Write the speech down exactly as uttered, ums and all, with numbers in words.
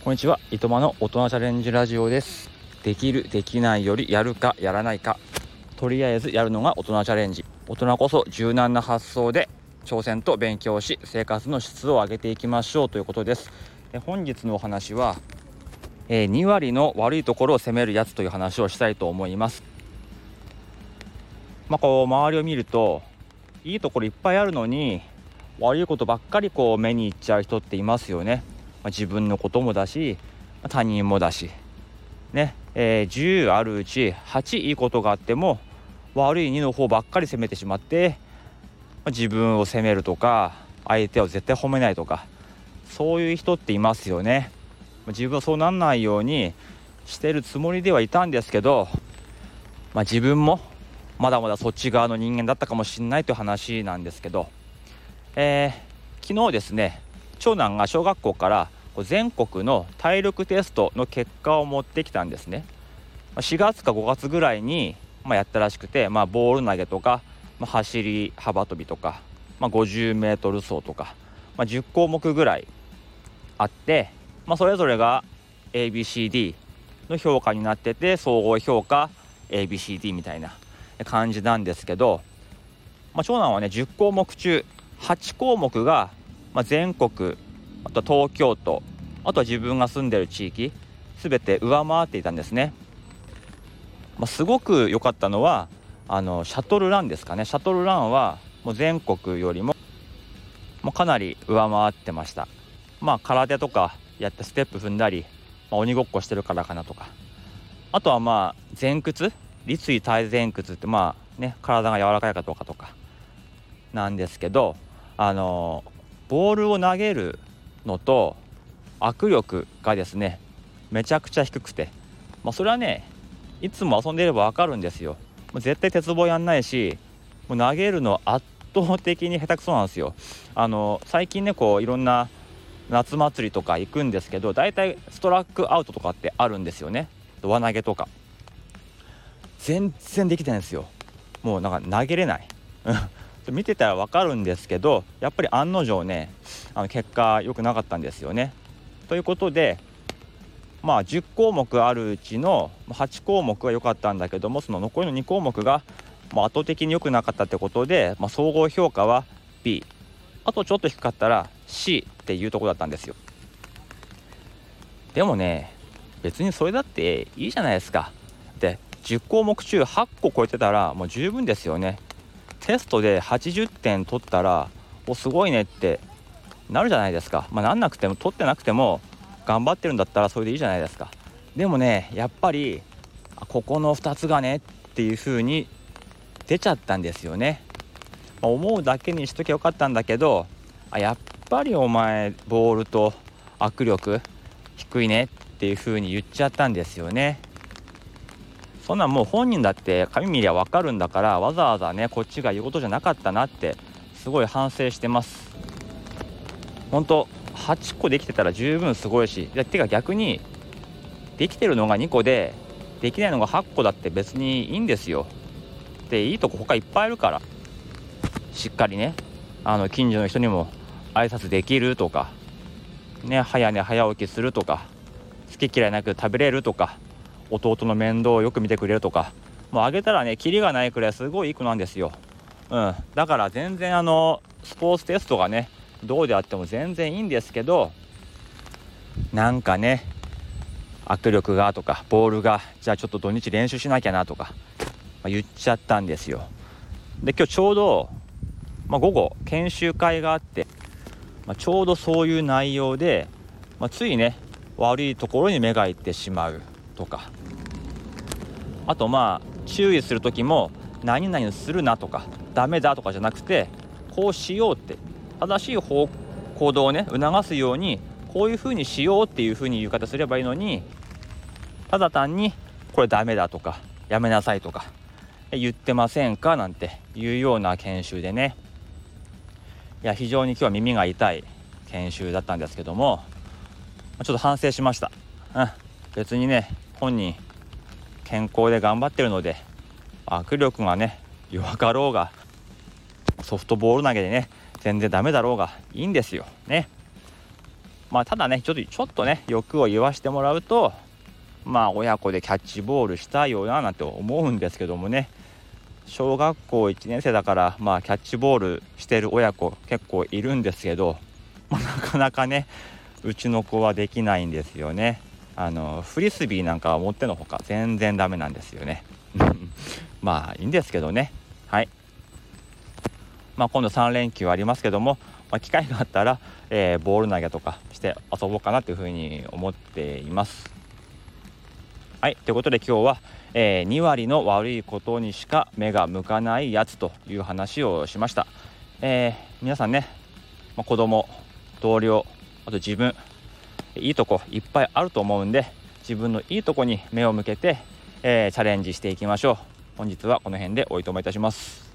こんにちは。いとまの大人チャレンジラジオです。できるできないよりやるかやらないか、とりあえずやるのが大人チャレンジ。大人こそ柔軟な発想で挑戦と勉強し、生活の質を上げていきましょうということです。え本日のお話は、えー、に割の悪いところを責めるやつという話をしたいと思います。まあこう周りを見るといいところいっぱいあるのに、悪いことばっかりこう目にいっちゃう人っていますよね。まあ、自分のこともだし他人もだしね、えー、じゅうあるうちはちいいことがあっても悪いにの方ばっかり責めてしまって、まあ、自分を責めるとか相手を絶対褒めないとか、そういう人っていますよね。自分はそうなんないようにしてるつもりではいたんですけど、まあ、自分もまだまだそっち側の人間だったかもしれないという話なんですけど、えー、昨日ですね、長男が小学校から全国の体力テストの結果を持ってきたんですね。しがつかごがつぐらいに、まあ、やったらしくて、まあ、ボール投げとか、まあ、走り幅跳びとか、まあ、ごじゅうメートル走とか、まあ、じゅっこうもくぐらいあって、まあ、それぞれが エービーシーディー の評価になってて、総合評価 エービーシーディー みたいな感じなんですけど、まあ、長男はねじゅっこうもく中はちこうもくが、まあ、全国、あと東京都、あとは自分が住んでる地域全て上回っていたんですね。まあ、すごく良かったのはあのシャトルランですかね。シャトルランはもう全国よりも、もうかなり上回ってました。まあ空手とかやってステップ踏んだり、まあ、鬼ごっこしてるからかなとか、あとはまあ前屈、立位体前屈ってまあね、体が柔らかいかどうかとかなんですけど、あのボールを投げるのと握力がですねめちゃくちゃ低くて、まあ、それはねいつも遊んでいれば分かるんですよ。もう絶対鉄棒やんないし、もう投げるの圧倒的に下手くそなんですよ。あの最近ねこういろんな夏祭りとか行くんですけど、だいたいストラックアウトとかってあるんですよね。輪投げとか全然できてないんですよ。もうなんか投げれない見てたら分かるんですけど、やっぱり案の定ねあの結果良くなかったんですよね。ということで、まあじゅっこうもくあるうちのはちこうもくは良かったんだけども、その残りのにこうもくがもう圧倒的に良くなかったってことで、まあ、総合評価は ビー、 あとちょっと低かったら シー っていうところだったんですよ。でもね別にそれだっていいじゃないですか。でじゅっこうもく中はっこ超えてたらもう十分ですよね。テストではちじゅってん取ったらおすごいねってなるじゃないですか。まあなんなくても取ってなくても頑張ってるんだったらそれでいいじゃないですか。でもねやっぱりここのふたつがねっていう風に出ちゃったんですよね。まあ、思うだけにしときゃよかったんだけど、あやっぱりお前ボールと握力低いねっていう風に言っちゃったんですよね。そんなんもう本人だって紙見りゃ分かるんだから、わざわざねこっちが言うことじゃなかったなってすごい反省してます。本当はちこできてたら十分すごいし、てか逆にできてるのがにこでできないのがはっこだって別にいいんですよ。でいいとこ他いっぱいあるから、しっかりねあの近所の人にも挨拶できるとかね、早寝早起きするとか、好き嫌いなく食べれるとか、弟の面倒をよく見てくれるとか、もうあげたらねキリがないくらいすごいいい子なんですよ。うん、だから全然あのスポーツテストがねどうであっても全然いいんですけど、なんかね握力がとかボールがじゃあちょっと土日練習しなきゃなとか、まあ、言っちゃったんですよ。で今日ちょうど、まあ、午後研修会があって、まあ、ちょうどそういう内容で、まあ、ついね悪いところに目がいってしまうとか、あとまあ注意する時も何々するなとかダメだとかじゃなくて、こうしようって正しい方行動をね促すようにこういう風にしようっていう風に言い方すればいいのに、ただ単にこれダメだとかやめなさいとか言ってませんかなんていうような研修でね、いや非常に今日は耳が痛い研修だったんですけども、ちょっと反省しました。うん、別にね本人健康で頑張ってるので握力がね弱かろうがソフトボール投げでね全然ダメだろうがいいんですよね。 まあただねちょっとちょっとね欲を言わしてもらうと、まあ親子でキャッチボールしたいよななんて思うんですけどもね、小学校いちねん生だからまあキャッチボールしてる親子結構いるんですけど、まあ、なかなかねうちの子はできないんですよね。あのフリスビーなんかは持ってのほか全然ダメなんですよねまあいいんですけどね。はい、まあ今度さん連休ありますけども、まあ、機会があったら、えー、ボール投げとかして遊ぼうかなというふうに思っています。はい、ということで今日は、えー、に割の悪いことにしか目が向かないやつという話をしました。えー、皆さんね、まあ、子供、同僚、あと自分、いいとこいっぱいあると思うんで、自分のいいとこに目を向けて、えー、チャレンジしていきましょう。本日はこの辺でおいとまいたします。